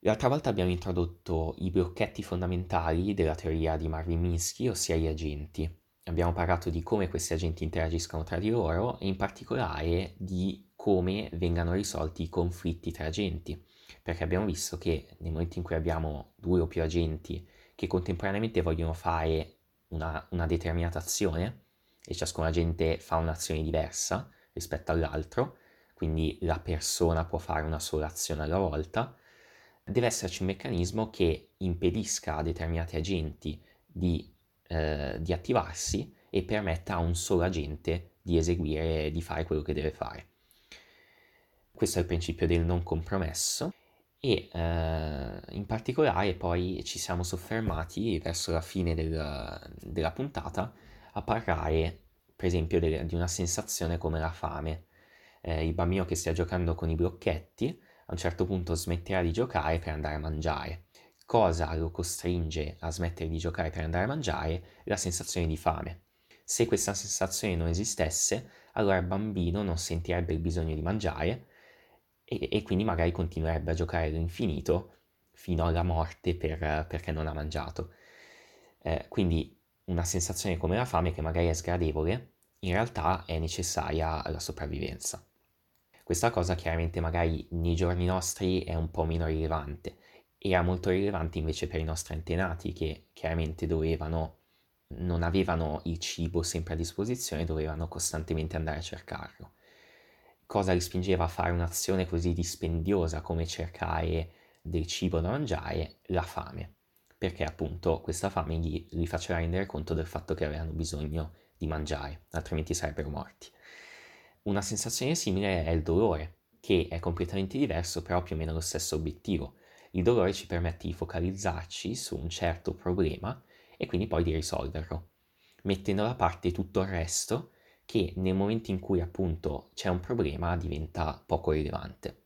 L'altra volta abbiamo introdotto i blocchetti fondamentali della teoria di Marvin-Minsky, ossia gli agenti. Abbiamo parlato di come questi agenti interagiscono tra di loro e in particolare di come vengano risolti i conflitti tra agenti, perché abbiamo visto che nel momento in cui abbiamo due o più agenti che contemporaneamente vogliono fare una determinata azione e ciascun agente fa un'azione diversa rispetto all'altro, quindi la persona può fare una sola azione alla volta, deve esserci un meccanismo che impedisca a determinati agenti di attivarsi e permetta a un solo agente di eseguire, di fare quello che deve fare. Questo è il principio del non compromesso e in particolare poi ci siamo soffermati verso la fine della puntata a parlare per esempio di una sensazione come la fame. Il bambino che stia giocando con i blocchetti a un certo punto smetterà di giocare per andare a mangiare. Cosa lo costringe a smettere di giocare per andare a mangiare? La sensazione di fame. Se questa sensazione non esistesse, allora il bambino non sentirebbe il bisogno di mangiare e quindi magari continuerebbe a giocare all'infinito fino alla morte perché non ha mangiato. Quindi una sensazione come la fame, che magari è sgradevole, in realtà è necessaria alla sopravvivenza. Questa cosa chiaramente magari nei giorni nostri è un po' meno rilevante, era molto rilevante invece per i nostri antenati che chiaramente non avevano il cibo sempre a disposizione, dovevano costantemente andare a cercarlo. Cosa li spingeva a fare un'azione così dispendiosa come cercare del cibo da mangiare? La fame, perché appunto questa fame li faceva rendere conto del fatto che avevano bisogno di mangiare, altrimenti sarebbero morti. Una sensazione simile è il dolore, che è completamente diverso, però più o meno lo stesso obiettivo. Il dolore ci permette di focalizzarci su un certo problema e quindi poi di risolverlo, mettendo da parte tutto il resto che nel momento in cui appunto c'è un problema diventa poco rilevante.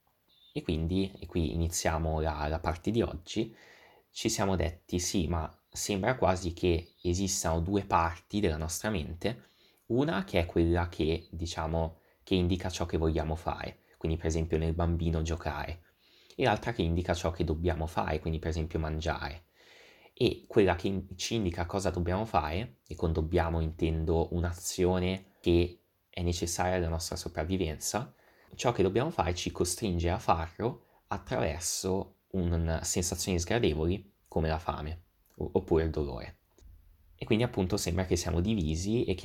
E quindi, e qui iniziamo la parte di oggi, ci siamo detti sì, ma sembra quasi che esistano due parti della nostra mente, una che è quella che diciamo che indica ciò che vogliamo fare, quindi per esempio nel bambino giocare, e l'altra che indica ciò che dobbiamo fare, quindi per esempio mangiare. E quella che ci indica cosa dobbiamo fare, e con dobbiamo intendo un'azione che è necessaria alla nostra sopravvivenza, ciò che dobbiamo fare ci costringe a farlo attraverso sensazioni sgradevoli come la fame oppure il dolore. E quindi appunto sembra che siamo divisi e che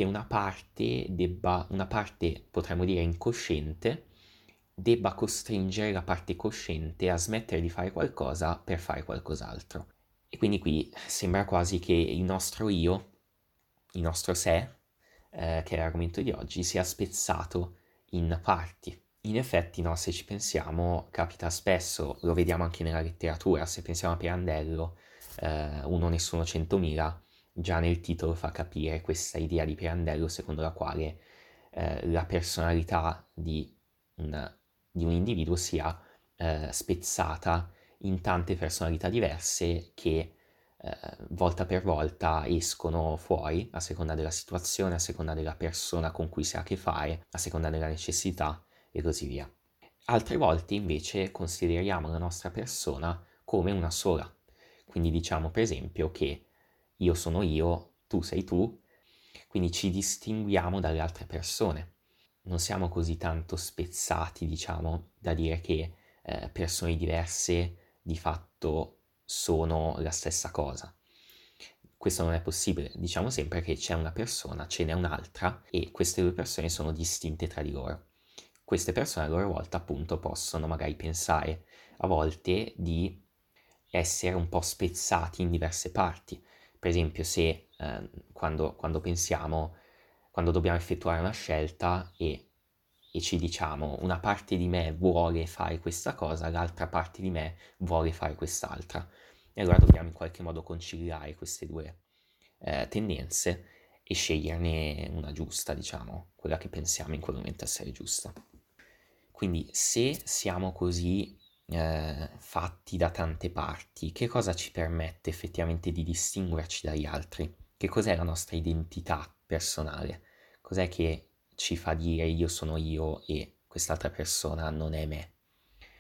una parte potremmo dire incosciente, debba costringere la parte cosciente a smettere di fare qualcosa per fare qualcos'altro. E quindi qui sembra quasi che il nostro io, il nostro sé, che è l'argomento di oggi, sia spezzato in parti. In effetti, no, se ci pensiamo, capita spesso, lo vediamo anche nella letteratura, se pensiamo a Pirandello, Uno Nessuno Centomila, già nel titolo fa capire questa idea di Pirandello secondo la quale la personalità di un individuo sia spezzata in tante personalità diverse che volta per volta escono fuori a seconda della situazione, a seconda della persona con cui si ha a che fare, a seconda della necessità e così via. Altre volte invece consideriamo la nostra persona come una sola. Quindi diciamo per esempio che io sono io, tu sei tu, quindi ci distinguiamo dalle altre persone. Non siamo così tanto spezzati, diciamo, da dire che persone diverse di fatto sono la stessa cosa. Questo non è possibile, diciamo sempre che c'è una persona, ce n'è un'altra e queste due persone sono distinte tra di loro. Queste persone a loro volta appunto possono magari pensare a volte di essere un po' spezzati in diverse parti. Per esempio se quando pensiamo, quando dobbiamo effettuare una scelta e ci diciamo una parte di me vuole fare questa cosa, l'altra parte di me vuole fare quest'altra. E allora dobbiamo in qualche modo conciliare queste due tendenze e sceglierne una giusta, diciamo, quella che pensiamo in quel momento essere giusta. Quindi se siamo così fatti da tante parti, che cosa ci permette effettivamente di distinguerci dagli altri? Che cos'è la nostra identità personale? Cos'è che ci fa dire io sono io e quest'altra persona non è me?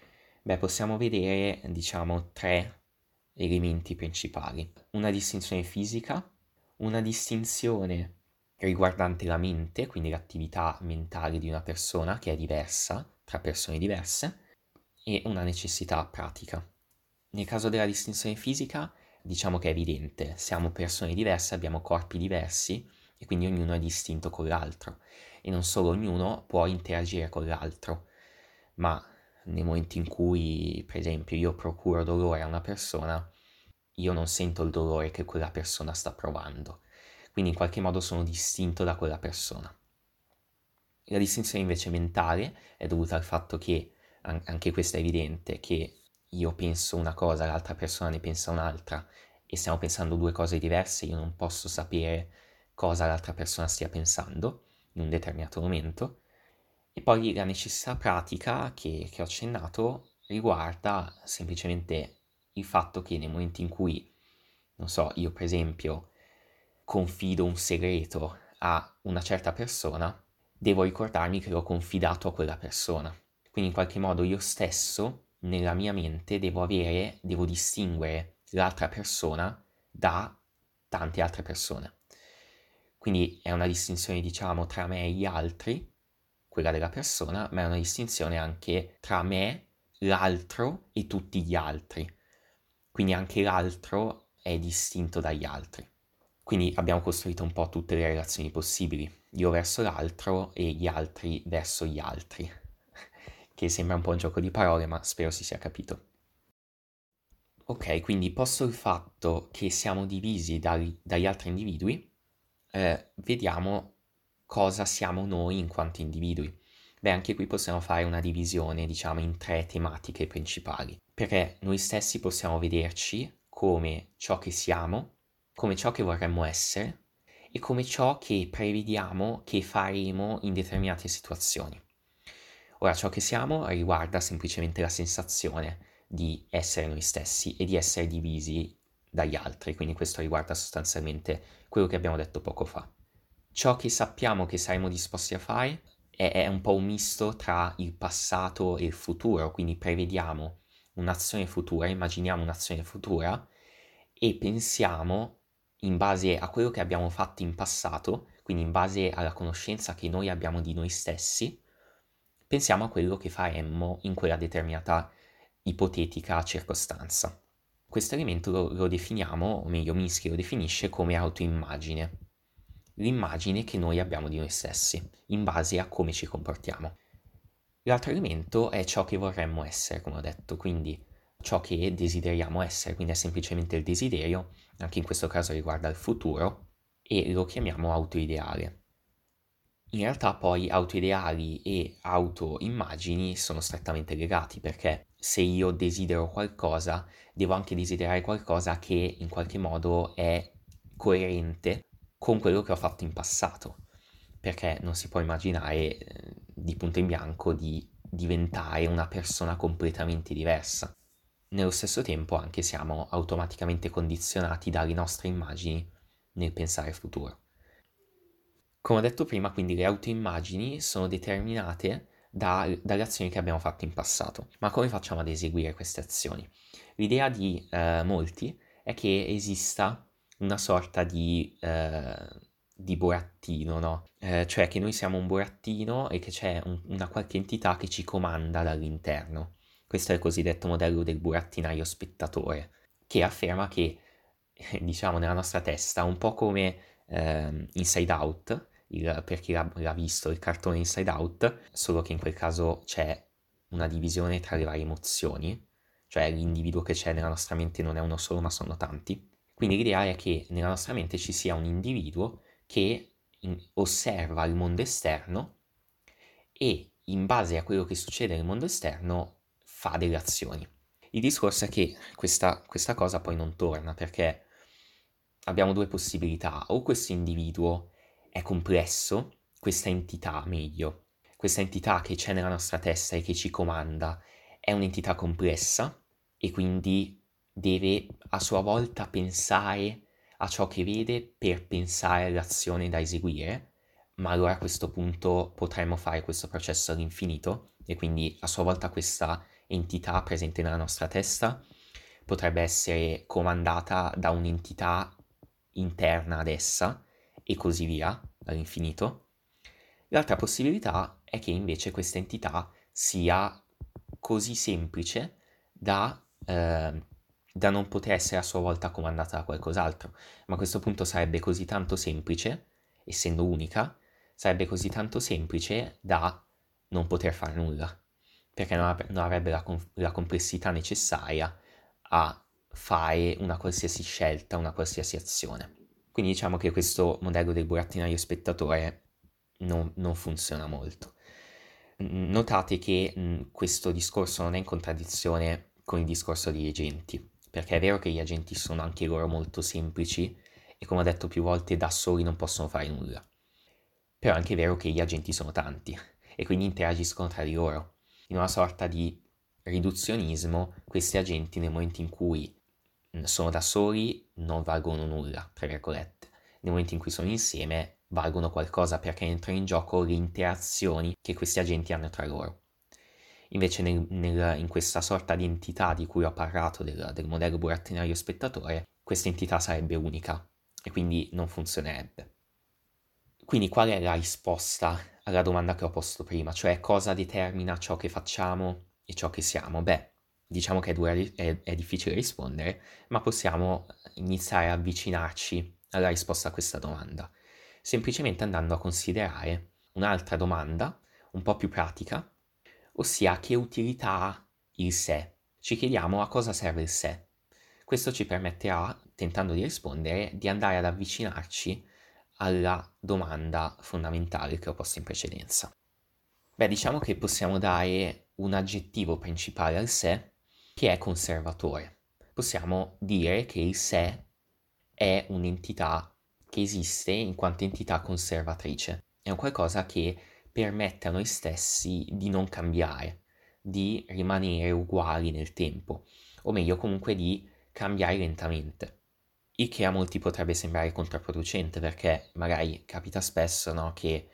Beh, possiamo vedere, diciamo, tre elementi principali. Una distinzione fisica, una distinzione riguardante la mente, quindi l'attività mentale di una persona che è diversa tra persone diverse, e una necessità pratica. Nel caso della distinzione fisica, diciamo che è evidente, siamo persone diverse, abbiamo corpi diversi e quindi ognuno è distinto con l'altro. E non solo ognuno può interagire con l'altro, ma nel momento in cui, per esempio, io procuro dolore a una persona, io non sento il dolore che quella persona sta provando. Quindi in qualche modo sono distinto da quella persona. La distinzione invece mentale è dovuta al fatto che, anche questo è evidente, che io penso una cosa, l'altra persona ne pensa un'altra e stiamo pensando due cose diverse, io non posso sapere cosa l'altra persona stia pensando in un determinato momento. E poi la necessità pratica che ho accennato riguarda semplicemente il fatto che nel momento in cui, non so, io per esempio confido un segreto a una certa persona, devo ricordarmi che l'ho confidato a quella persona. Quindi in qualche modo io stesso, nella mia mente, devo distinguere l'altra persona da tante altre persone. Quindi è una distinzione, diciamo, tra me e gli altri, quella della persona, ma è una distinzione anche tra me, l'altro e tutti gli altri. Quindi anche l'altro è distinto dagli altri. Quindi abbiamo costruito un po' tutte le relazioni possibili, io verso l'altro e gli altri verso gli altri, che sembra un po' un gioco di parole, ma spero si sia capito. Ok, quindi posto il fatto che siamo divisi dagli altri individui, vediamo cosa siamo noi in quanto individui. Beh, anche qui possiamo fare una divisione, diciamo, in tre tematiche principali, perché noi stessi possiamo vederci come ciò che siamo, come ciò che vorremmo essere e come ciò che prevediamo che faremo in determinate situazioni. Ora, ciò che siamo riguarda semplicemente la sensazione di essere noi stessi e di essere divisi dagli altri, quindi questo riguarda sostanzialmente quello che abbiamo detto poco fa. Ciò che sappiamo che saremo disposti a fare è un po' un misto tra il passato e il futuro, quindi prevediamo un'azione futura, immaginiamo un'azione futura e pensiamo in base a quello che abbiamo fatto in passato, quindi in base alla conoscenza che noi abbiamo di noi stessi, pensiamo a quello che faremmo in quella determinata ipotetica circostanza. Questo elemento lo definiamo, o meglio Minsky lo definisce come autoimmagine, l'immagine che noi abbiamo di noi stessi, in base a come ci comportiamo. L'altro elemento è ciò che vorremmo essere, come ho detto, quindi ciò che desideriamo essere, quindi è semplicemente il desiderio, anche in questo caso riguarda il futuro, e lo chiamiamo autoideale. In realtà poi autoideali e autoimmagini sono strettamente legati perché se io desidero qualcosa, devo anche desiderare qualcosa che in qualche modo è coerente con quello che ho fatto in passato, perché non si può immaginare di punto in bianco di diventare una persona completamente diversa. Nello stesso tempo anche siamo automaticamente condizionati dalle nostre immagini nel pensare al futuro. Come ho detto prima, quindi le autoimmagini sono determinate dalle azioni che abbiamo fatto in passato. Ma come facciamo ad eseguire queste azioni? L'idea di molti è che esista una sorta di burattino, no? Cioè che noi siamo un burattino e che c'è una qualche entità che ci comanda dall'interno. Questo è il cosiddetto modello del burattinaio spettatore, che afferma che, diciamo, nella nostra testa, un po' come Inside Out, per chi l'ha visto, il cartone Inside Out, solo che in quel caso c'è una divisione tra le varie emozioni, cioè l'individuo che c'è nella nostra mente non è uno solo ma sono tanti. Quindi l'idea è che nella nostra mente ci sia un individuo che osserva il mondo esterno e in base a quello che succede nel mondo esterno fa delle azioni. Il discorso è che questa cosa poi non torna perché abbiamo due possibilità, o questo individuo è complesso, questa entità meglio, questa entità che c'è nella nostra testa e che ci comanda è un'entità complessa e quindi deve a sua volta pensare a ciò che vede per pensare all'azione da eseguire, ma allora a questo punto potremmo fare questo processo all'infinito e quindi a sua volta questa entità presente nella nostra testa potrebbe essere comandata da un'entità interna ad essa e così via, all'infinito. L'altra possibilità è che invece questa entità sia così semplice da non poter essere a sua volta comandata da qualcos'altro, ma a questo punto sarebbe così tanto semplice, essendo unica, sarebbe così tanto semplice da non poter fare nulla, perché non avrebbe la complessità necessaria a fare una qualsiasi scelta, una qualsiasi azione. Quindi diciamo che questo modello del burattinaio spettatore non funziona molto. Notate che questo discorso non è in contraddizione con il discorso degli agenti, perché è vero che gli agenti sono anche loro molto semplici e, come ho detto più volte, da soli non possono fare nulla. Però è anche vero che gli agenti sono tanti e quindi interagiscono tra di loro. In una sorta di riduzionismo, questi agenti nel momento in cui sono da soli non valgono nulla, tra virgolette. Nel momento in cui sono insieme valgono qualcosa perché entrano in gioco le interazioni che questi agenti hanno tra loro. Invece in questa sorta di entità di cui ho parlato del modello burattinario spettatore, questa entità sarebbe unica e quindi non funzionerebbe. Quindi qual è la risposta alla domanda che ho posto prima? Cioè cosa determina ciò che facciamo e ciò che siamo? Beh, diciamo che è difficile rispondere, ma possiamo iniziare a avvicinarci alla risposta a questa domanda, semplicemente andando a considerare un'altra domanda un po' più pratica, ossia che utilità ha il sé. Ci chiediamo a cosa serve il sé. Questo ci permetterà, tentando di rispondere, di andare ad avvicinarci alla domanda fondamentale che ho posto in precedenza. Beh, diciamo che possiamo dare un aggettivo principale al sé che è conservatore. Possiamo dire che il sé è un'entità che esiste in quanto entità conservatrice. È un qualcosa che permette a noi stessi di non cambiare, di rimanere uguali nel tempo, o meglio comunque di cambiare lentamente. Il che a molti potrebbe sembrare controproducente perché magari capita spesso, no, che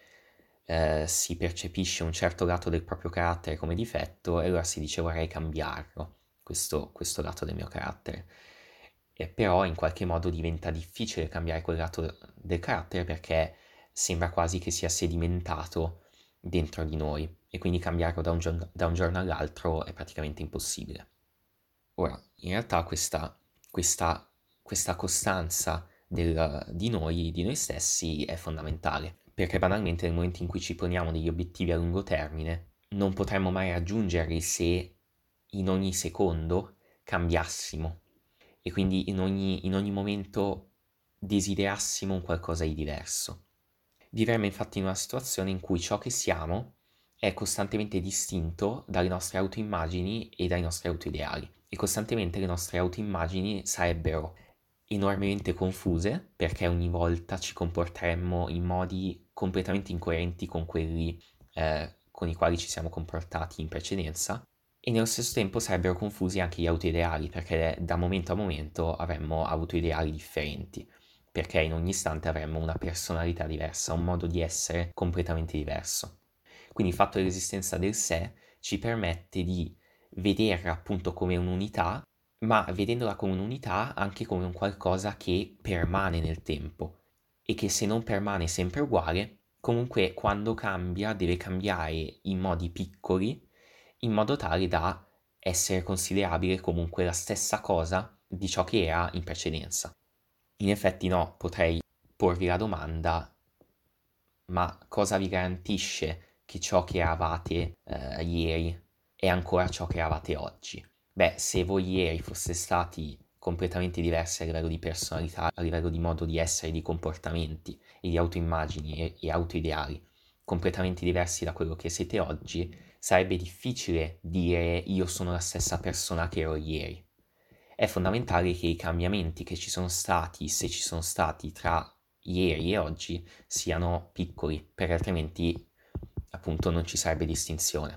si percepisce un certo lato del proprio carattere come difetto e allora si dice vorrei cambiarlo, questo lato del mio carattere. E però in qualche modo diventa difficile cambiare quel lato del carattere perché sembra quasi che sia sedimentato dentro di noi e quindi cambiarlo da un giorno all'altro è praticamente impossibile. Ora, in realtà questa costanza di noi stessi è fondamentale, perché banalmente nel momento in cui ci poniamo degli obiettivi a lungo termine, non potremmo mai raggiungerli se in ogni secondo cambiassimo e quindi in ogni momento desiderassimo un qualcosa di diverso. Vivremmo infatti in una situazione in cui ciò che siamo è costantemente distinto dalle nostre autoimmagini e dai nostri autoideali e costantemente le nostre autoimmagini sarebbero enormemente confuse perché ogni volta ci comporteremmo in modi completamente incoerenti con quelli con i quali ci siamo comportati in precedenza e nello stesso tempo sarebbero confusi anche gli autoideali perché da momento a momento avremmo avuto ideali differenti perché in ogni istante avremmo una personalità diversa, un modo di essere completamente diverso. Quindi il fatto dell'esistenza del sé ci permette di vederla appunto come un'unità, ma vedendola come un'unità anche come un qualcosa che permane nel tempo e che se non permane sempre uguale, comunque quando cambia deve cambiare in modi piccoli in modo tale da essere considerabile comunque la stessa cosa di ciò che era in precedenza. In effetti no, potrei porvi la domanda, ma cosa vi garantisce che ciò che eravate ieri è ancora ciò che eravate oggi? Beh, se voi ieri foste stati completamente diversi a livello di personalità, a livello di modo di essere, di comportamenti e di autoimmagini e autoideali, completamente diversi da quello che siete oggi, sarebbe difficile dire io sono la stessa persona che ero ieri. È fondamentale che i cambiamenti che ci sono stati, se ci sono stati tra ieri e oggi, siano piccoli, perché altrimenti appunto non ci sarebbe distinzione.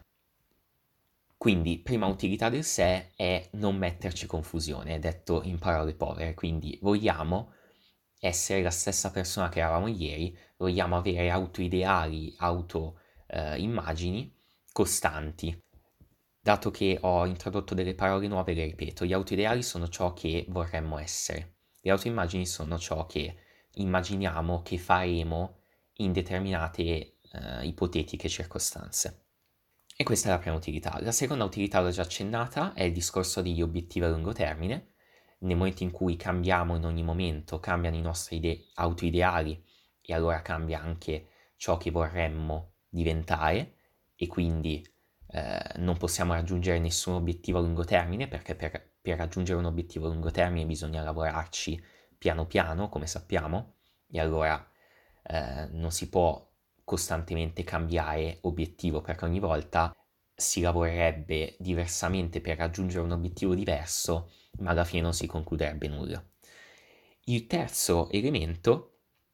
Quindi, prima utilità del sé è non metterci confusione, detto in parole povere, quindi vogliamo essere la stessa persona che eravamo ieri, vogliamo avere autoideali, autoimmagini costanti. dato che ho introdotto delle parole nuove, le ripeto. Gli autoideali sono ciò che vorremmo essere. Le autoimmagini sono ciò che immaginiamo che faremo in determinate ipotetiche circostanze. E questa è la prima utilità. La seconda utilità, l'ho già accennata, è il discorso degli obiettivi a lungo termine. Nel momento in cui cambiamo in ogni momento, cambiano i nostri autoideali e allora cambia anche ciò che vorremmo diventare e quindi non possiamo raggiungere nessun obiettivo a lungo termine perché per raggiungere un obiettivo a lungo termine bisogna lavorarci piano piano, come sappiamo, e allora non si può costantemente cambiare obiettivo perché ogni volta si lavorerebbe diversamente per raggiungere un obiettivo diverso, ma alla fine non si concluderebbe nulla. Il terzo elemento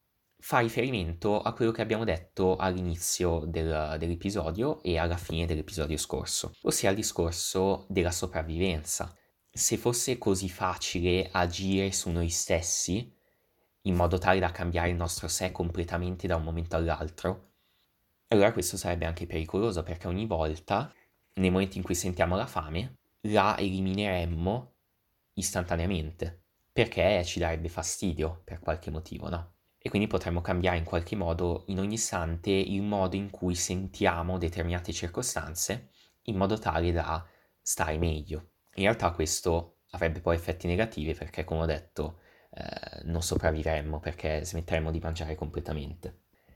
fa riferimento a quello che abbiamo detto all'inizio dell'episodio e alla fine dell'episodio scorso, ossia il discorso della sopravvivenza. Se fosse così facile agire su noi stessi, in modo tale da cambiare il nostro sé completamente da un momento all'altro, allora questo sarebbe anche pericoloso perché ogni volta, nei momenti in cui sentiamo la fame, la elimineremmo istantaneamente, perché ci darebbe fastidio per qualche motivo, no? E quindi potremmo cambiare in qualche modo, in ogni istante, il modo in cui sentiamo determinate circostanze, in modo tale da stare meglio. In realtà questo avrebbe poi effetti negativi perché, come ho detto, non sopravvivremmo perché smetteremmo di mangiare completamente.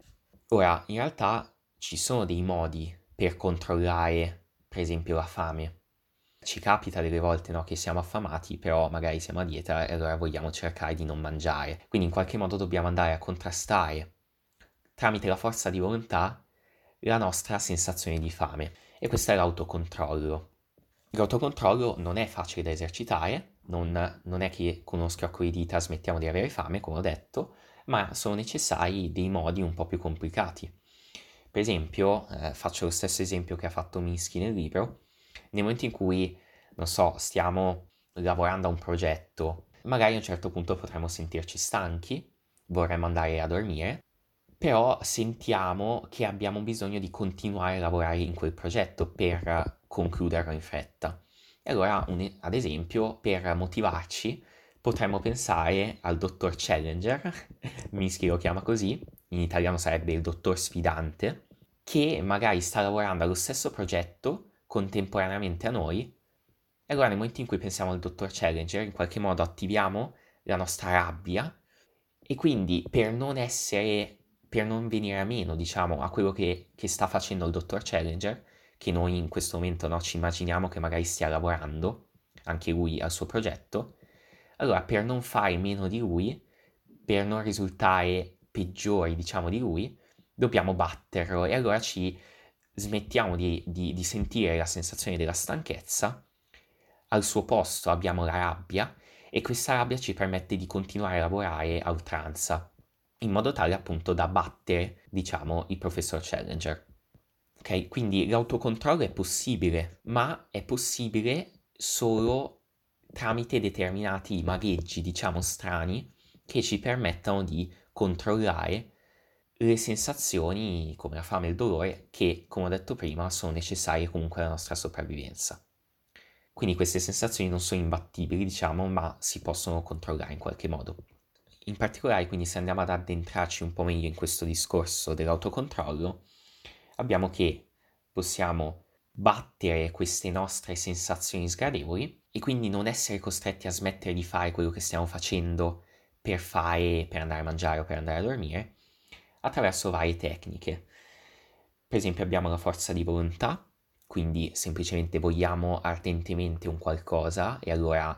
Ora, in realtà ci sono dei modi per controllare, per esempio, la fame. Ci capita delle volte, no, che siamo affamati, però magari siamo a dieta e allora vogliamo cercare di non mangiare. Quindi in qualche modo dobbiamo andare a contrastare, tramite la forza di volontà, la nostra sensazione di fame. E questo è l'autocontrollo. L'autocontrollo non è facile da esercitare, non è che con uno schiocco di dita smettiamo di avere fame, come ho detto, ma sono necessari dei modi un po' più complicati. Per esempio, faccio lo stesso esempio che ha fatto Minsky nel libro, nel momento in cui, non so, stiamo lavorando a un progetto, magari a un certo punto potremmo sentirci stanchi, vorremmo andare a dormire, però sentiamo che abbiamo bisogno di continuare a lavorare in quel progetto per concluderlo in fretta. E allora, ad esempio, per motivarci, potremmo pensare al dottor Challenger, Minsky lo chiama così, in italiano sarebbe il dottor sfidante, che magari sta lavorando allo stesso progetto contemporaneamente a noi, e allora nel momento in cui pensiamo al dottor Challenger, in qualche modo attiviamo la nostra rabbia e quindi per non venire a meno, diciamo, a quello che sta facendo il dottor Challenger, che noi in questo momento no, ci immaginiamo che magari stia lavorando, anche lui al suo progetto, allora per non fare meno di lui, per non risultare peggiori, diciamo, di lui, dobbiamo batterlo e allora ci smettiamo di sentire la sensazione della stanchezza, al suo posto abbiamo la rabbia e questa rabbia ci permette di continuare a lavorare a oltranza, in modo tale appunto da battere, diciamo, il professor Challenger. Ok, quindi l'autocontrollo è possibile, ma è possibile solo tramite determinati magheggi, diciamo, strani, che ci permettano di controllare le sensazioni come la fame e il dolore che, come ho detto prima, sono necessarie comunque alla nostra sopravvivenza. Quindi queste sensazioni non sono imbattibili, diciamo, ma si possono controllare in qualche modo. In particolare, quindi, se andiamo ad addentrarci un po' meglio in questo discorso dell'autocontrollo, abbiamo che possiamo battere queste nostre sensazioni sgradevoli e quindi non essere costretti a smettere di fare quello che stiamo facendo per andare a mangiare o per andare a dormire, attraverso varie tecniche. Per esempio abbiamo la forza di volontà, quindi semplicemente vogliamo ardentemente un qualcosa e allora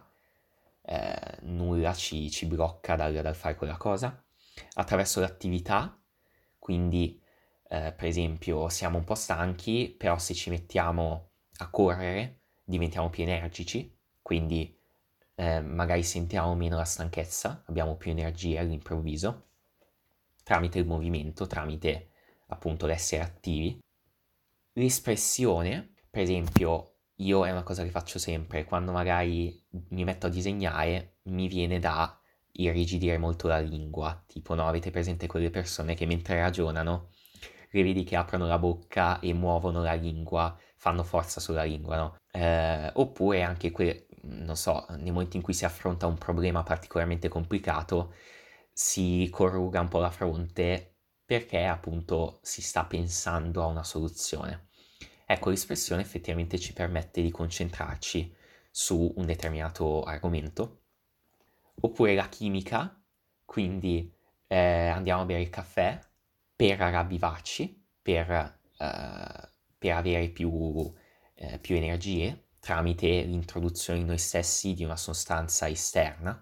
nulla ci blocca dal fare quella cosa. Attraverso l'attività, quindi per esempio siamo un po' stanchi, però se ci mettiamo a correre diventiamo più energici, quindi magari sentiamo meno la stanchezza, abbiamo più energia all'improvviso, tramite il movimento, tramite appunto l'essere attivi. L'espressione, per esempio, io è una cosa che faccio sempre, quando magari mi metto a disegnare mi viene da irrigidire molto la lingua, tipo no, avete presente quelle persone che mentre ragionano le vedi che aprono la bocca e muovono la lingua fanno forza sulla lingua, no? Oppure anche non so, nel momento in cui si affronta un problema particolarmente complicato, si corruga un po' la fronte perché appunto si sta pensando a una soluzione. Ecco, l'espressione effettivamente ci permette di concentrarci su un determinato argomento. Oppure la chimica, quindi andiamo a bere il caffè per ravvivarci, per avere più energie tramite l'introduzione in noi stessi di una sostanza esterna.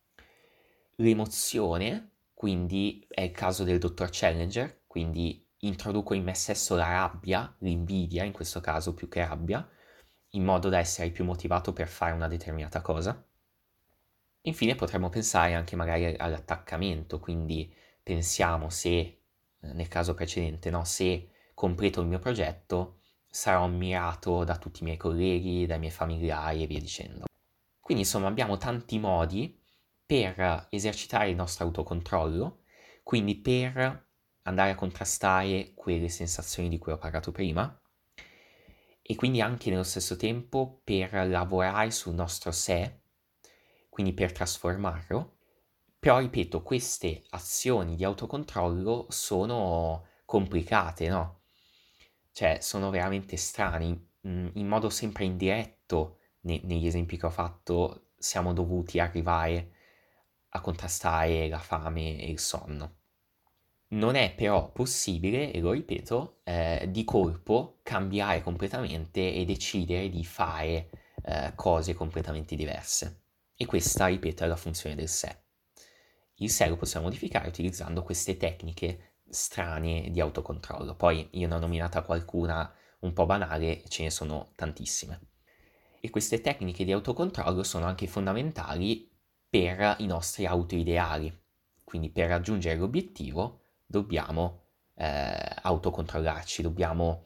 L'emozione, quindi è il caso del dottor Challenger, quindi introduco in me stesso la rabbia, l'invidia in questo caso più che rabbia, in modo da essere più motivato per fare una determinata cosa. Infine potremmo pensare anche magari all'attaccamento, quindi pensiamo se, nel caso precedente, no, se completo il mio progetto sarò ammirato da tutti i miei colleghi, dai miei familiari e via dicendo. Quindi insomma abbiamo tanti modi per esercitare il nostro autocontrollo, quindi per andare a contrastare quelle sensazioni di cui ho parlato prima e quindi anche nello stesso tempo per lavorare sul nostro sé, quindi per trasformarlo. Però ripeto, queste azioni di autocontrollo sono complicate, no? Cioè, sono veramente strani, in modo sempre indiretto, negli esempi che ho fatto, siamo dovuti arrivare a contrastare la fame e il sonno. Non è però possibile, e lo ripeto, di colpo cambiare completamente e decidere di fare cose completamente diverse. E questa, ripeto, è la funzione del sé. Il sé lo possiamo modificare utilizzando queste tecniche strane di autocontrollo. Poi io ne ho nominata qualcuna un po' banale, ce ne sono tantissime. E queste tecniche di autocontrollo sono anche fondamentali per i nostri autoideali. Quindi per raggiungere l'obiettivo dobbiamo autocontrollarci, dobbiamo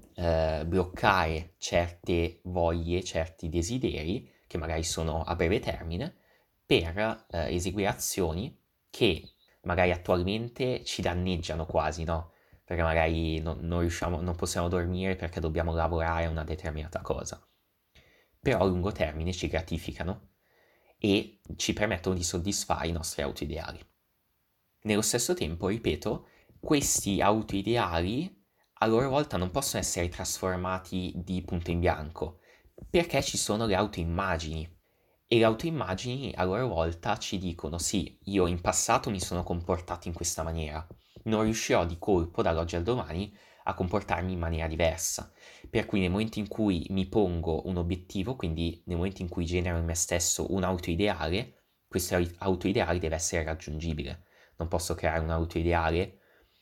bloccare certe voglie, certi desideri che magari sono a breve termine per eseguire azioni che magari attualmente ci danneggiano quasi, no? Perché magari non riusciamo, non possiamo dormire perché dobbiamo lavorare a una determinata cosa. Però a lungo termine ci gratificano e ci permettono di soddisfare i nostri autoideali. Nello stesso tempo, ripeto, questi autoideali a loro volta non possono essere trasformati di punto in bianco, perché ci sono le autoimmagini. E le autoimmagini a loro volta ci dicono sì, io in passato mi sono comportato in questa maniera, non riuscirò di colpo dall'oggi al domani a comportarmi in maniera diversa. Per cui nel momento in cui mi pongo un obiettivo, quindi nel momento in cui genero in me stesso un autoideale, questo autoideale deve essere raggiungibile. Non posso creare un autoideale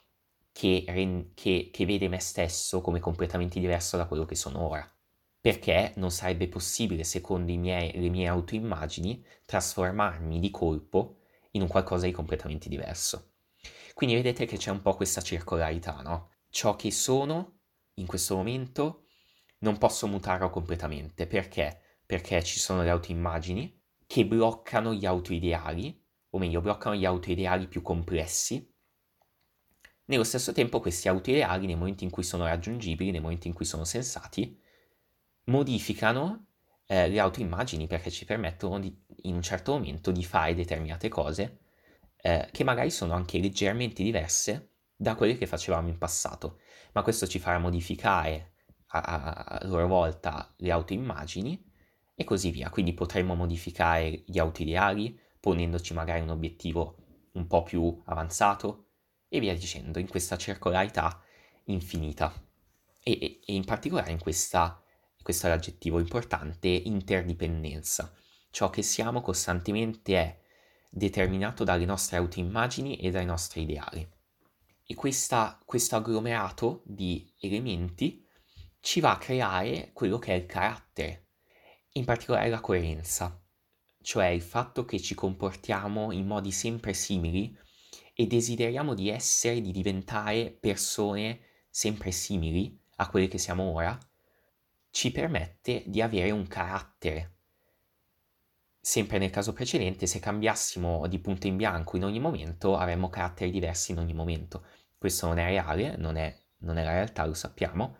che vede me stesso come completamente diverso da quello che sono ora. Perché non sarebbe possibile, secondo le mie autoimmagini, trasformarmi di colpo in un qualcosa di completamente diverso. Quindi vedete che c'è un po' questa circolarità, no? Ciò che sono in questo momento non posso mutarlo completamente. Perché? Perché ci sono le autoimmagini che bloccano gli autoideali, o meglio, bloccano gli autoideali più complessi. Nello stesso tempo questi autoideali, nel momento in cui sono raggiungibili, nel momento in cui sono sensati, modificano le autoimmagini perché ci permettono in un certo momento di fare determinate cose che magari sono anche leggermente diverse da quelle che facevamo in passato, ma questo ci farà modificare a loro volta le autoimmagini e così via. Quindi potremmo modificare gli autoideali ponendoci magari un obiettivo un po' più avanzato e via dicendo, in questa circolarità infinita. E in particolare in questa, questo è l'aggettivo importante, interdipendenza. Ciò che siamo costantemente è determinato dalle nostre autoimmagini e dai nostri ideali. E questo agglomerato di elementi ci va a creare quello che è il carattere, in particolare la coerenza, cioè il fatto che ci comportiamo in modi sempre simili e desideriamo di essere, di diventare persone sempre simili a quelle che siamo ora, ci permette di avere un carattere. Sempre nel caso precedente, se cambiassimo di punto in bianco in ogni momento, avremmo caratteri diversi in ogni momento. Questo non è reale, non è la realtà, lo sappiamo,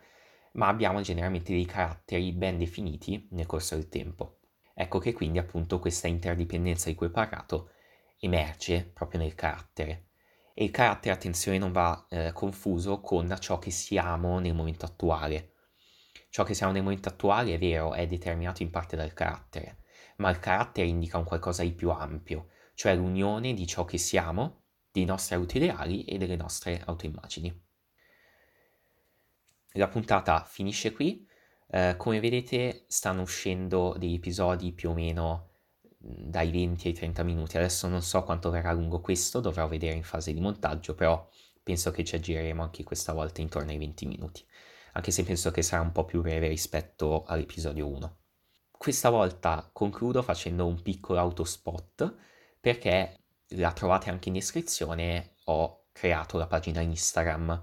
ma abbiamo generalmente dei caratteri ben definiti nel corso del tempo. Ecco che quindi appunto questa interdipendenza di cui ho parlato emerge proprio nel carattere. E il carattere, attenzione, non va confuso con ciò che siamo nel momento attuale. Ciò che siamo nel momento attuale, è vero, è determinato in parte dal carattere, ma il carattere indica un qualcosa di più ampio, cioè l'unione di ciò che siamo, dei nostri autoideali e delle nostre autoimmagini. La puntata finisce qui. Come vedete stanno uscendo degli episodi più o meno dai 20 ai 30 minuti. Adesso non so quanto verrà lungo questo, dovrò vedere in fase di montaggio, però penso che ci aggireremo anche questa volta intorno ai 20 minuti, anche se penso che sarà un po' più breve rispetto all'episodio 1. Questa volta concludo facendo un piccolo autospot perché la trovate anche in descrizione, ho creato la pagina Instagram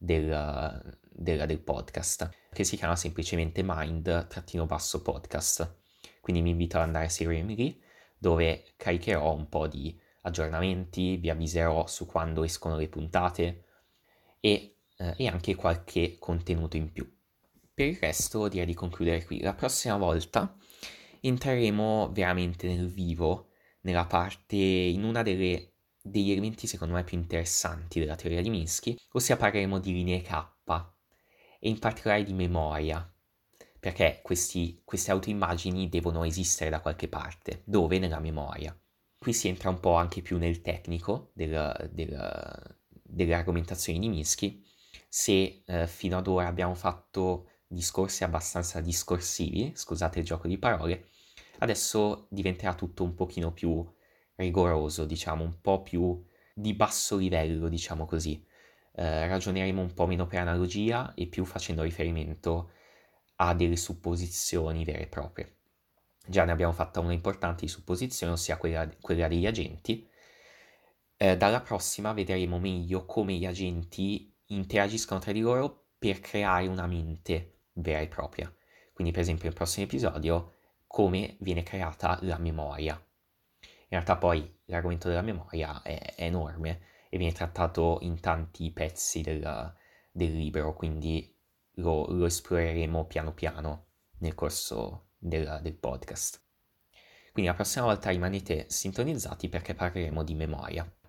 del podcast, che si chiama semplicemente mind-podcast. Quindi mi invito ad andare a seguirmi lì, dove caricherò un po' di aggiornamenti, vi avviserò su quando escono le puntate e anche qualche contenuto in più. Per il resto direi di concludere qui. La prossima volta entreremo veramente nel vivo, nella parte, in una degli elementi secondo me più interessanti della teoria di Minsky, ossia parleremo di linee K e in particolare di memoria, perché queste autoimmagini devono esistere da qualche parte, dove? Nella memoria. Qui si entra un po' anche più nel tecnico delle argomentazioni di Minsky. Se fino ad ora abbiamo fatto discorsi abbastanza discorsivi, scusate il gioco di parole, adesso diventerà tutto un pochino più rigoroso, diciamo, un po' più di basso livello, diciamo così. Ragioneremo un po' meno per analogia e più facendo riferimento a delle supposizioni vere e proprie. Già ne abbiamo fatta una importante di supposizione, ossia quella degli agenti. Dalla prossima vedremo meglio come gli agenti interagiscono tra di loro per creare una mente vera e propria. Quindi, per esempio, nel prossimo episodio, come viene creata la memoria. In realtà poi l'argomento della memoria è enorme e viene trattato in tanti pezzi del libro, quindi lo esploreremo piano piano nel corso del podcast. Quindi la prossima volta rimanete sintonizzati perché parleremo di memoria.